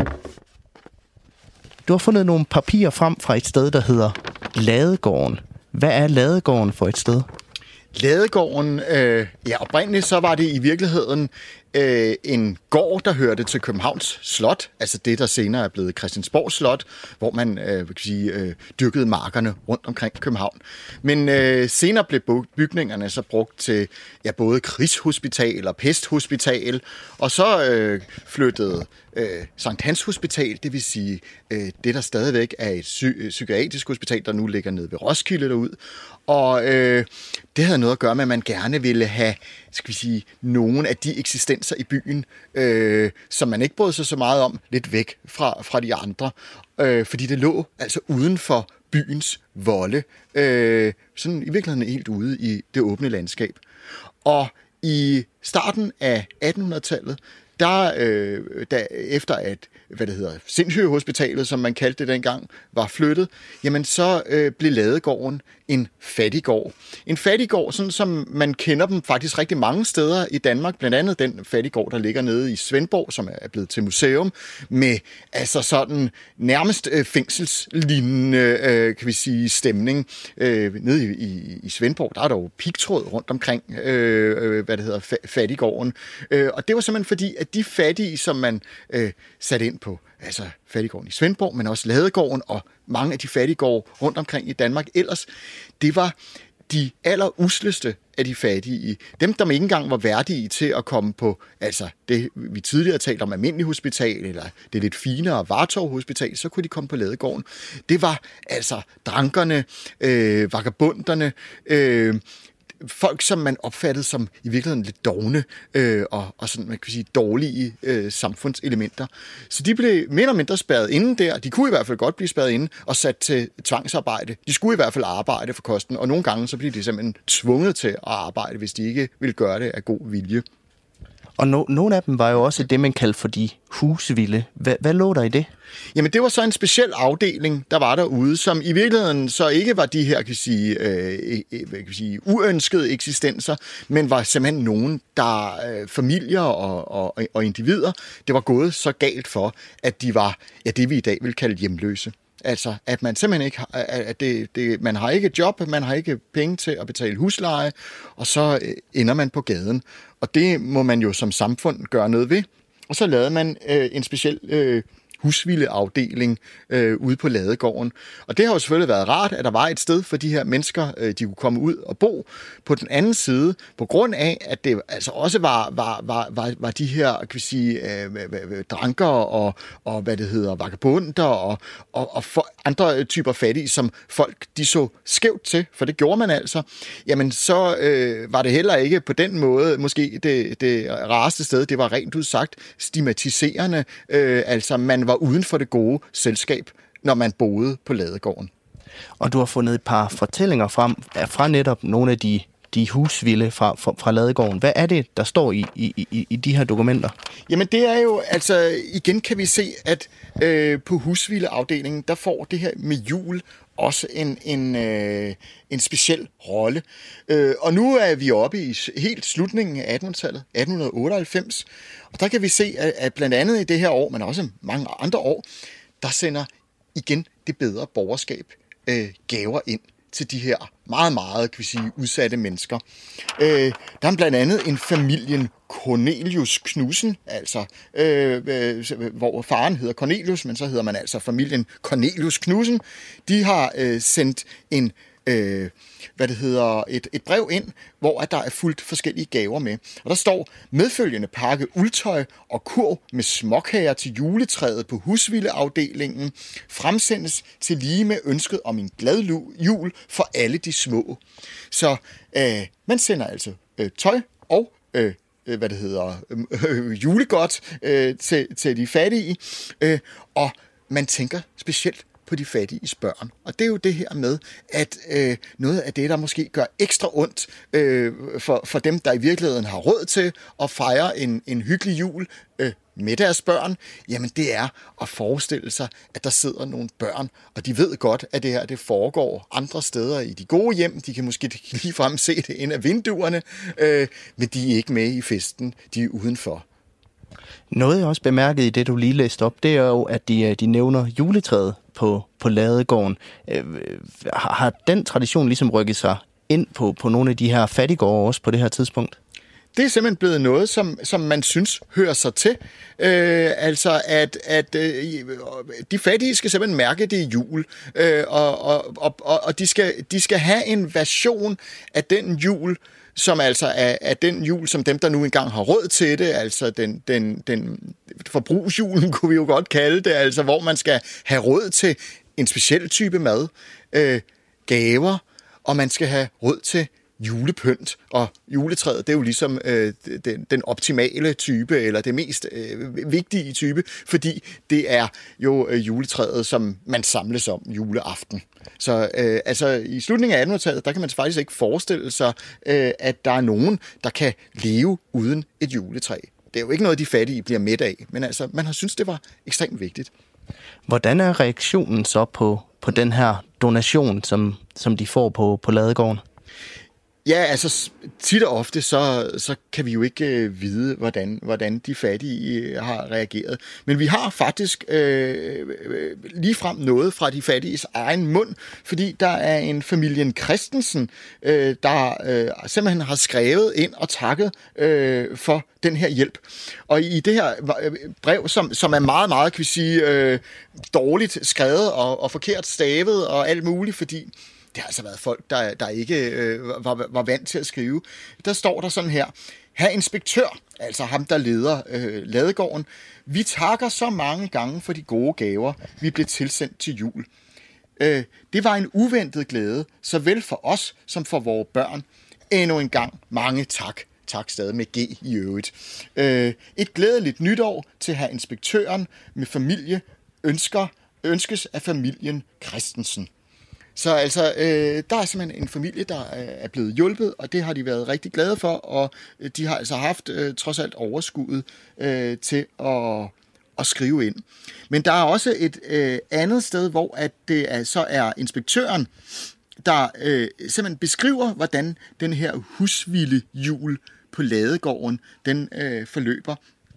Du har fundet nogle papirer frem fra et sted, der hedder Ladegården. Hvad er Ladegården for et sted? Ladegården, øh, ja oprindeligt så var det i virkeligheden øh, en gård, der hørte til Københavns Slot, altså det, der senere er blevet Christiansborg Slot, hvor man øh, kan sige, øh, dyrkede markerne rundt omkring København. Men øh, senere blev bygningerne så brugt til ja, både krigshospital og pesthospital, og så øh, flyttede øh, Sankt Hans Hospital, det vil sige øh, det, der stadigvæk er et psy- psykiatrisk hospital, der nu ligger nede ved Roskilde derud. Og øh, det havde noget at gøre med, at man gerne ville have, skal vi sige, nogle af de eksistenser i byen, øh, som man ikke brød sig så meget om, lidt væk fra, fra de andre. Øh, fordi det lå altså uden for byens volde, øh, sådan i virkeligheden helt ude i det åbne landskab. Og i starten af attenhundredetallet, der, øh, der efter at hvad det hedder, Sindssygehospitalet, som man kaldte det dengang, var flyttet, jamen så øh, blev Ladegården en fattiggård. En fattiggård, sådan som man kender dem faktisk rigtig mange steder i Danmark, blandt andet den fattiggård, der ligger nede i Svendborg, som er blevet til museum, med altså sådan nærmest øh, fængselslignende, øh, kan vi sige, stemning. Øh, nede i, i, i Svendborg, der er der jo pigtråd rundt omkring, øh, hvad det hedder, fa- fattiggården. Øh, og det var simpelthen fordi, at de fattige, som man øh, satte ind på, altså fattiggården i Svendborg, men også Ladegården og mange af de fattiggårde rundt omkring i Danmark ellers, det var de allerusleste af de fattige. Dem, der ikke engang var værdige til at komme på, altså det vi tidligere talte om almindelig hospital, eller det lidt finere Vartov Hospital, så kunne de komme på Ladegården. Det var altså drankerne, øh, vagabunderne, øh, folk, som man opfattede som i virkeligheden lidt dovne øh, og, og sådan, man kan sige, dårlige øh, samfundselementer. Så de blev mere eller mindre spærret inde der. De kunne i hvert fald godt blive spærret inde og sat til tvangsarbejde. De skulle i hvert fald arbejde for kosten, og nogle gange så blev de simpelthen tvunget til at arbejde, hvis de ikke ville gøre det af god vilje. Og no, nogle af dem var jo også det, man kaldte for de husvilde. Hvad, hvad lå der i det? Jamen, det var så en speciel afdeling, der var derude, som i virkeligheden så ikke var de her, kan vi sige, øh, hvad kan vi sige, uønskede eksistenser, men var simpelthen nogen, der øh, familier og, og, og individer, det var gået så galt for, at de var, ja, det vi i dag vil kalde hjemløse. Altså, at man simpelthen ikke har, at det, det, man har ikke et job, man har ikke penge til at betale husleje, og så ender man på gaden. Og det må man jo som samfund gøre noget ved. Og så lavede man øh, en speciel øh, husvildeafdeling øh, ude på Ladegården. Og det har jo selvfølgelig været rart, at der var et sted for de her mennesker, øh, de kunne komme ud og bo. På den anden side, på grund af, at det altså også var, var, var, var, var de her, kan vi sige, øh, dranker og, og hvad det hedder, vagabunder og, og, og for andre typer fattige, som folk de så skævt til, for det gjorde man altså, jamen så øh, var det heller ikke på den måde, måske det, det rareste sted, det var rent udsagt stigmatiserende, øh, altså man var uden for det gode selskab, når man boede på Ladegården. Og du har fundet et par fortællinger frem fra netop nogle af de, de husvilde fra, fra, fra Ladegården. Hvad er det, der står i, i, i, i de her dokumenter? Jamen det er jo, altså igen kan vi se, at øh, på husvildeafdelingen, der får det her med jul også en, en, øh, en speciel rolle. Øh, og nu er vi oppe i helt slutningen af attenhundredetallet, atten otteoghalvfems, og der kan vi se, at, at blandt andet i det her år, men også mange andre år, der sender igen det bedre borgerskab øh, gaver ind til de her meget, meget, kan vi sige, udsatte mennesker. Øh, der er blandt andet en familien Cornelius Knudsen, altså, øh, øh, hvor faren hedder Cornelius, men så hedder man altså familien Cornelius Knudsen. De har øh, sendt en øh, hvad det hedder, et, et brev ind, hvor at der er fuldt forskellige gaver med. Og der står, medfølgende pakke uldtøj og kurv med småkager til juletræet på husvildeafdelingen fremsendes til lige med ønsket om en glad jul for alle de små. Så øh, man sender altså øh, tøj og øh, hvad det hedder, øh, julegodt øh, til, til de fattige, øh, og man tænker specielt på de fattiges børn. Og det er jo det her med, at øh, noget af det, der måske gør ekstra ondt øh, for, for dem, der i virkeligheden har råd til at fejre en, en hyggelig jul øh, med deres børn, jamen det er at forestille sig, at der sidder nogle børn, og de ved godt, at det her det foregår andre steder i de gode hjem. De kan måske ligefrem se det ind af vinduerne, øh, men de er ikke med i festen, de er udenfor. Noget jeg også bemærket i det, du lige læste op, det er jo, at de, de nævner juletræet på, på Ladegården. Øh, har den tradition ligesom rykket sig ind på, på nogle af de her fattiggårde også på det her tidspunkt? Det er simpelthen blevet noget, som, som man synes hører sig til. Øh, altså, at, at øh, de fattige skal simpelthen mærke, det er jul. Øh, og og, og, og de, skal, de skal have en version af den jul, som altså er, er den jul, som dem, der nu engang har råd til det, altså den, den, den forbrugsjulen, kunne vi jo godt kalde det, altså hvor man skal have råd til en speciel type mad, øh, gaver, og man skal have råd til julepynt, og juletræet, det er jo ligesom øh, den, den optimale type, eller det mest øh, vigtige type, fordi det er jo øh, juletræet, som man samles om juleaften. Så øh, altså i slutningen af attenhundredetallet, der kan man faktisk ikke forestille sig, øh, at der er nogen, der kan leve uden et juletræ. Det er jo ikke noget, de fattige bliver mæt af, men altså, man har syntes, det var ekstremt vigtigt. Hvordan er reaktionen så på, på den her donation, som, som de får på, på Ladegården? Ja, altså tit og ofte, så, så kan vi jo ikke øh, vide, hvordan, hvordan de fattige øh, har reageret. Men vi har faktisk øh, øh, ligefrem noget fra de fattiges egen mund, fordi der er en familien Christensen, øh, der øh, simpelthen har skrevet ind og takket øh, for den her hjælp. Og i det her brev, som, som er meget, meget, kan vi sige, øh, dårligt skrevet og, og forkert stavet og alt muligt, fordi det har altså været folk, der, der ikke øh, var, var vant til at skrive. Der står der sådan her: Herr inspektør, altså ham, der leder øh, ladegården, vi takker så mange gange for de gode gaver, vi blev tilsendt til jul. Øh, det var en uventet glæde, såvel for os som for vores børn. Endnu en gang mange tak. Tak stadig med G i øvrigt. Øh, et glædeligt nytår til herr inspektøren med familie ønsker, ønskes af familien Christensen. Så altså, øh, der er simpelthen en familie, der er blevet hjulpet, og det har de været rigtig glade for, og de har altså haft øh, trods alt overskuddet øh, til at, at skrive ind. Men der er også et øh, andet sted, hvor at det er, så er inspektøren, der øh, simpelthen beskriver, hvordan den her husvilde jul på ladegården, den øh, forløber.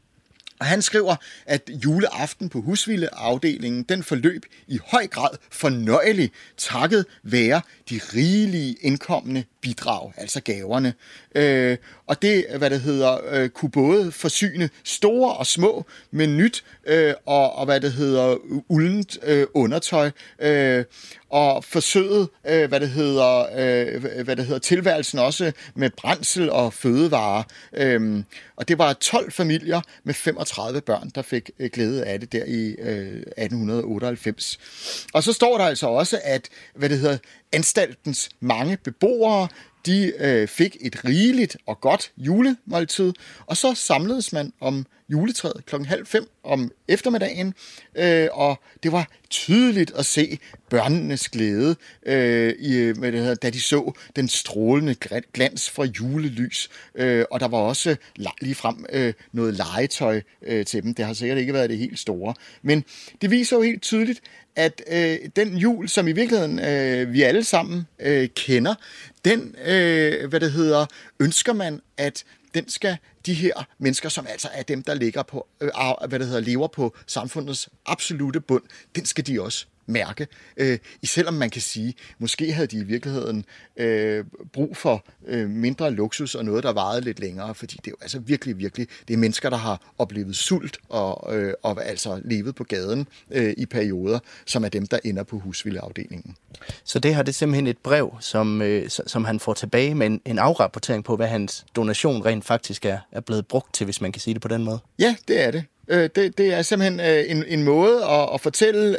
Og han skriver, at juleaften på husvildeafdelingen, den forløb i høj grad fornøjelig, takket være de rigelige indkommende bidrag, altså gaverne. Øh, og det, hvad det hedder, øh, kunne både forsyne store og små med nyt øh, og, og, hvad det hedder, uldent øh, undertøj, øh, og forsøget, øh, hvad det hedder, øh, hvad det hedder, tilværelsen også med brændsel og fødevarer. Øh, og det var tolv familier med femogtredive børn, der fik øh, glæde af det der i øh, atten otteoghalvfems. Og så står der altså også, at, hvad det hedder, anstaltens mange beboere, de øh, fik et rigeligt og godt julemåltid, og så samledes man om juletræet klokken halv fem om eftermiddagen, øh, og det var tydeligt at se børnenes glæde, øh, i, hvad det hedder, da de så den strålende glans fra julelys, øh, og der var også lige frem øh, noget legetøj øh, til dem. Det har sikkert ikke været det helt store, men det viser jo helt tydeligt, at øh, den jul, som i virkeligheden øh, vi alle sammen øh, kender, den, øh, hvad det hedder, ønsker man, at den skal de her mennesker, som altså er dem, der ligger på, øh, hvad det hedder, lever på samfundets absolute bund, den skal de også mærke. Øh, selvom man kan sige, måske havde de i virkeligheden øh, brug for øh, mindre luksus og noget, der varede lidt længere, fordi det er jo altså virkelig, virkelig, det er mennesker, der har oplevet sult og, øh, og altså levet på gaden øh, i perioder, som er dem, der ender på husvildeafdelingen. Så det her, det er simpelthen et brev, som, øh, som han får tilbage med en, en afrapportering på, hvad hans donation rent faktisk er, er blevet brugt til, hvis man kan sige det på den måde. Ja, det er det. Det, det er simpelthen en, en måde at, at fortælle,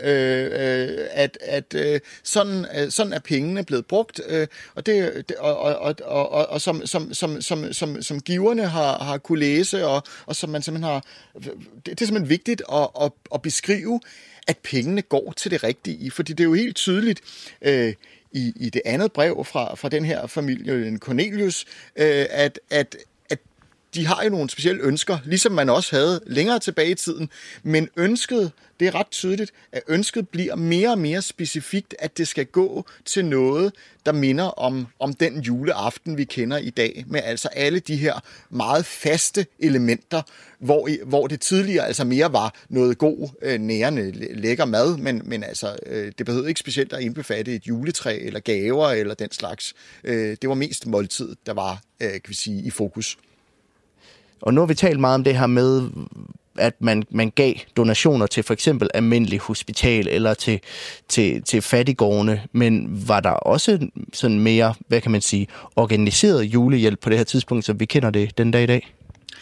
øh, at, at øh, sådan, sådan er pengene blevet brugt, øh, og, det, og, og, og, og, og som, som, som, som, som, som giverne har, har kunne læse, og, og som man simpelthen har. Det er simpelthen vigtigt at, at, at beskrive, at pengene går til det rigtige, fordi det er jo helt tydeligt øh, i, i det andet brev fra, fra den her familie Cornelius, øh, at, at de har jo nogle specielle ønsker, ligesom man også havde længere tilbage i tiden, men ønsket, det er ret tydeligt, at ønsket bliver mere og mere specifikt, at det skal gå til noget, der minder om, om den juleaften, vi kender i dag, med altså alle de her meget faste elementer, hvor, hvor det tidligere altså mere var noget god, øh, nærende, lækker mad, men, men altså, øh, det behøvede ikke specielt at indbefatte et juletræ eller gaver eller den slags. Øh, det var mest måltid, der var, øh, kan vi sige, i fokus. Og nu har vi talt meget om det her med, at man, man gav donationer til for eksempel almindelig hospital eller til, til, til fattiggårdene, men var der også sådan mere, hvad kan man sige, organiseret julehjælp på det her tidspunkt, som vi kender det den dag i dag?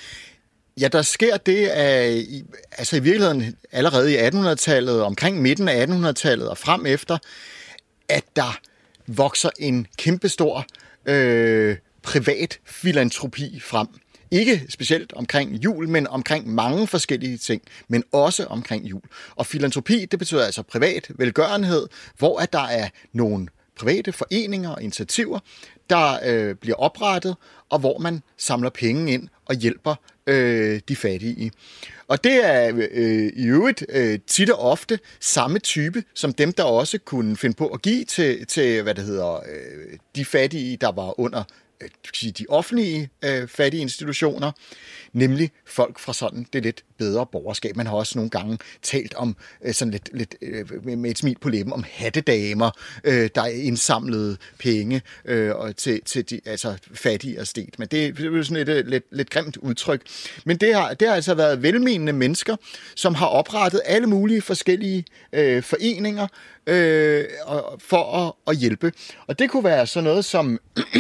Ja, der sker det, at, altså i virkeligheden allerede i attenhundredetallet, omkring midten af attenhundredetallet og frem efter, at der vokser en kæmpestor øh, privat filantropi frem. Ikke specielt omkring jul, men omkring mange forskellige ting, men også omkring jul. Og filantropi, det betyder altså privat velgørenhed, hvor at der er nogle private foreninger og initiativer, der øh, bliver oprettet, og hvor man samler penge ind og hjælper øh, de fattige. Og det er øh, i øvrigt øh, tit og ofte samme type, som dem, der også kunne finde på at give til, til hvad det hedder, øh, de fattige, der var under øh, de offentlige øh, fattige institutioner, nemlig folk fra sådan det lidt bedre borgerskab. Man har også nogle gange talt om øh, sådan lidt, lidt øh, med et smil på læben om hattedamer, øh, der indsamlede penge øh, og til, til de altså, fattige og sted. Men det er jo sådan et lidt, lidt grimt udtryk. Men det har, det har altså været velmenende mennesker, som har oprettet alle mulige forskellige øh, foreninger øh, for at, at hjælpe. Og det kunne være sådan noget som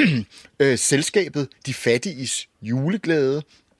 øh, selskabet De Fattiges Juleglæde.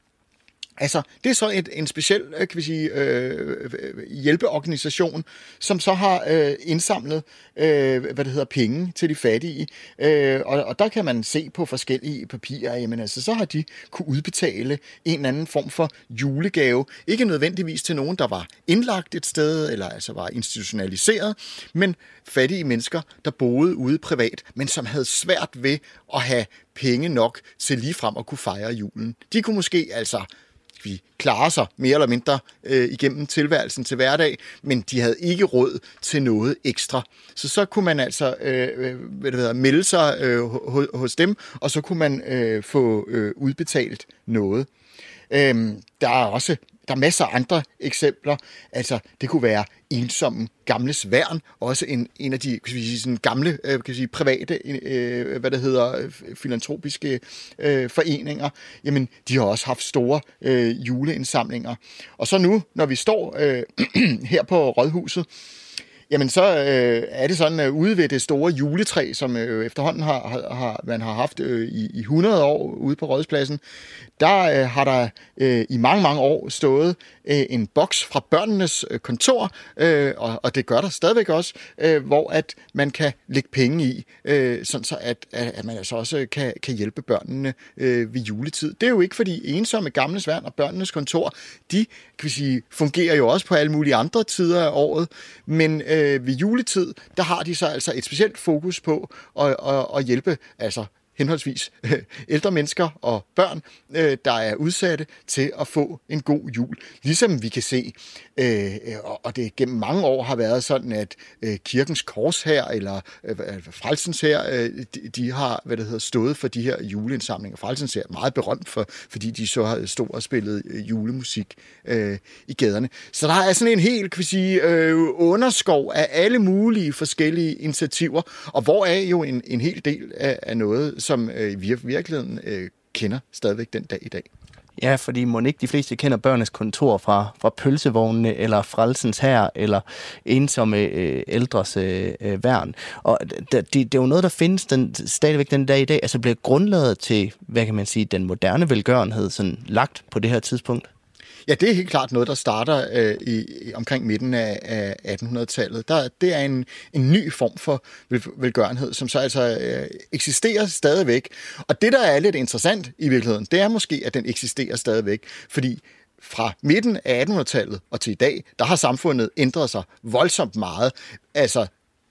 Altså, det er så et, en speciel kan vi sige, øh, hjælpeorganisation, som så har øh, indsamlet øh, hvad det hedder, penge til de fattige. Øh, og, og der kan man se på forskellige papirer, jamen altså, så har de kunne udbetale en eller anden form for julegave. Ikke nødvendigvis til nogen, der var indlagt et sted, eller altså var institutionaliseret, men fattige mennesker, der boede ude privat, men som havde svært ved at have penge nok til ligefrem at kunne fejre julen. De kunne måske altså vi klarer sig mere eller mindre øh, igennem tilværelsen til hverdag, men de havde ikke råd til noget ekstra. Så så kunne man altså øh, hvad det hedder, melde sig øh, hos, hos dem, og så kunne man øh, få øh, udbetalt noget. Øh, der er også der er masser af andre eksempler. Altså, det kunne være ensomme gamles værn, også en, en af de kan vi sige, sådan gamle kan vi sige, private øh, hvad det hedder, filantropiske øh, foreninger. Jamen, de har også haft store øh, juleindsamlinger. Og så nu, når vi står øh, her på Rådhuset, jamen så øh, er det sådan, at ude ved det store juletræ, som øh, efterhånden har, har, man har haft øh, i, i hundrede år ude på Rådhuspladsen, der øh, har der øh, i mange, mange år stået øh, en boks fra børnenes øh, kontor, øh, og, og det gør der stadigvæk også, øh, hvor at man kan lægge penge i, øh, sådan så at, at man altså også kan, kan hjælpe børnene øh, ved juletid. Det er jo ikke fordi ensomme gamles værn og børnenes kontor, de kan vi sige, fungerer jo også på alle mulige andre tider af året, men øh, ved juletid, der har de så altså et specielt fokus på at, at, at hjælpe altså henholdsvis øh, ældre mennesker og børn, øh, der er udsatte til at få en god jul. Ligesom vi kan se, øh, og det gennem mange år har været sådan, at øh, Kirkens Korshær eller øh, Frelsens Hær, øh, de, de har hvad det hedder, stået for de her juleindsamlinger. Frelsens Hær er meget berømt, for, fordi de så har stået og spillet øh, julemusik øh, i gaderne. Så der er sådan en helt kan vi sige, øh, underskov af alle mulige forskellige initiativer, og hvor er jo en, en hel del af, af noget, som øh, i virkeligheden øh, kender stadigvæk den dag i dag. Ja, fordi må ikke de fleste kender børnenes kontor fra, fra pølsevognene, eller Frelsens Hær, eller ensomme øh, ældres øh, værn. Og det, det er jo noget, der findes den, stadigvæk den dag i dag, altså bliver grundlaget til, hvad kan man sige, den moderne velgørenhed, sådan lagt på det her tidspunkt. Ja, det er helt klart noget, der starter øh, i, omkring midten af, af attenhundredetallet. Der, det er en, en ny form for vel, velgørenhed, som så altså øh, eksisterer stadigvæk. Og det, der er lidt interessant i virkeligheden, det er måske, at den eksisterer stadigvæk, fordi fra midten af attenhundredetallet og til i dag, der har samfundet ændret sig voldsomt meget. Altså,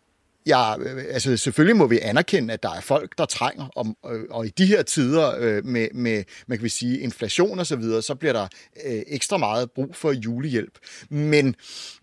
Ja, altså selvfølgelig må vi anerkende, at der er folk, der trænger, og, og i de her tider øh, med, med, man kan sige, inflation og så videre, så bliver der øh, ekstra meget brug for julehjælp. Men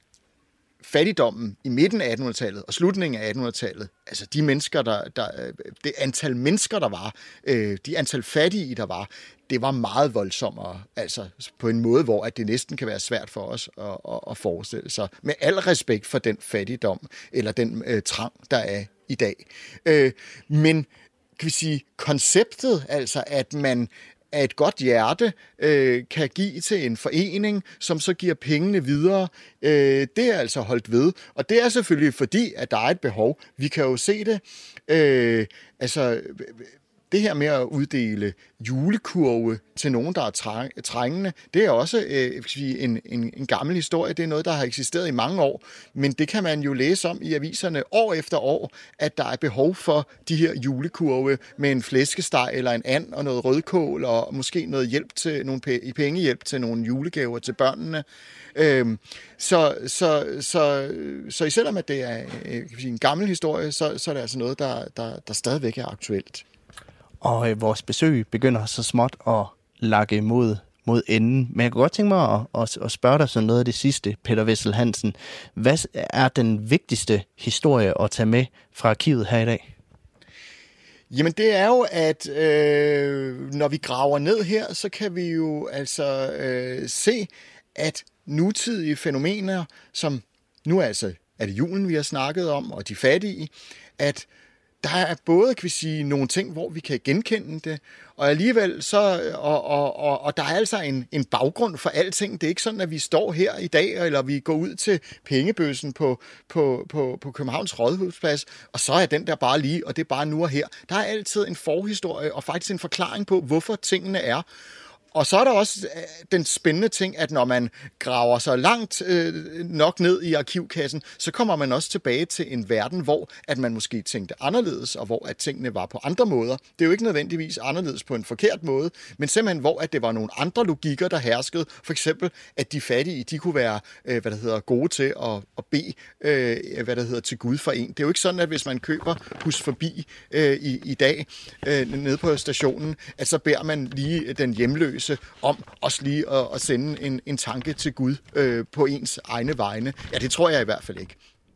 fattigdommen i midten af attenhundredetallet og slutningen af attenhundredetallet, altså de mennesker, der, der, det antal mennesker, der var, øh, de antal fattige, der var, det var meget voldsommere, altså på en måde, hvor at det næsten kan være svært for os at, at, at forestille sig, med al respekt for den fattigdom, eller den øh, trang, der er i dag. Øh, men kan vi sige, konceptet, altså at man af et godt hjerte øh, kan give til en forening, som så giver pengene videre, øh, det er altså holdt ved. Og det er selvfølgelig fordi, at der er et behov. Vi kan jo se det, øh, altså det her med at uddele julekurve til nogen, der er trængende, det er også øh, en, en, en gammel historie. Det er noget, der har eksisteret i mange år, men det kan man jo læse om i aviserne år efter år, at der er behov for de her julekurve med en flæskesteg eller en and og noget rødkål og måske noget hjælp til nogle i pengehjælp til nogle julegaver til børnene. Øhm, så, så, så, så selvom at det er kan sige, en gammel historie, så, så er det altså noget, der, der, der stadigvæk er aktuelt. Og øh, vores besøg begynder så småt at lakke mod, mod enden. Men jeg kunne godt tænke mig at, at, at spørge dig sådan noget af det sidste, Peter Wessel Hansen. Hvad er den vigtigste historie at tage med fra arkivet her i dag? Jamen det er jo, at øh, når vi graver ned her, så kan vi jo altså øh, se, at nutidige fænomener, som nu altså er det julen, vi har snakket om, og de fattige, at der er både, kan vi sige, nogle ting, hvor vi kan genkende det, og alligevel så, og, og, og, og der er altså en, en baggrund for alting. Det er ikke sådan, at vi står her i dag, eller vi går ud til pengebøssen på, på, på, på Københavns Rådhusplads, og så er den der bare lige, og det er bare nu og her. Der er altid en forhistorie, og faktisk en forklaring på, hvorfor tingene er. Og så er der også den spændende ting, at når man graver så langt øh, nok ned i arkivkassen, så kommer man også tilbage til en verden, hvor at man måske tænkte anderledes, og hvor at tingene var på andre måder. Det er jo ikke nødvendigvis anderledes på en forkert måde, men simpelthen hvor at det var nogle andre logikker, der herskede. For eksempel, at de fattige, de kunne være øh, hvad der hedder, gode til at, at bede øh, hvad der hedder, til Gud for en. Det er jo ikke sådan, at hvis man køber hus forbi øh, i, i dag øh, nede på stationen, at så beder man lige den hjemløse om også lige at, at sende en, en tanke til Gud øh, på ens egne vegne. Ja, det tror jeg i hvert fald ikke.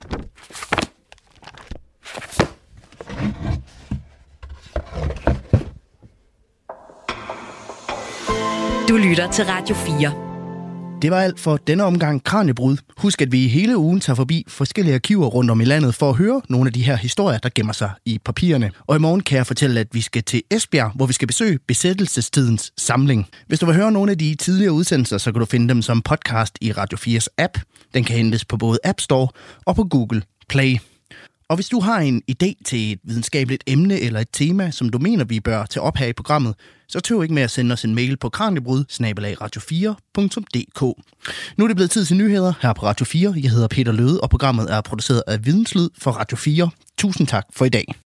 Du lytter til Radio fire. Det var alt for denne omgang Kraniebrud. Husk, at vi hele ugen tager forbi forskellige arkiver rundt om i landet for at høre nogle af de her historier, der gemmer sig i papirerne. Og i morgen kan jeg fortælle, at vi skal til Esbjerg, hvor vi skal besøge besættelsestidens samling. Hvis du vil høre nogle af de tidligere udsendelser, så kan du finde dem som podcast i Radio fires app. Den kan hentes på både App Store og på Google Play. Og hvis du har en idé til et videnskabeligt emne eller et tema, som du mener, vi bør tage op her i programmet, så tøv ikke med at sende os en mail på kraniebrud snabel-a radio fire punktum d k. Nu er det blevet tid til nyheder her på Radio fire. Jeg hedder Peter Løde, og programmet er produceret af Videnslyd for Radio fire. Tusind tak for i dag.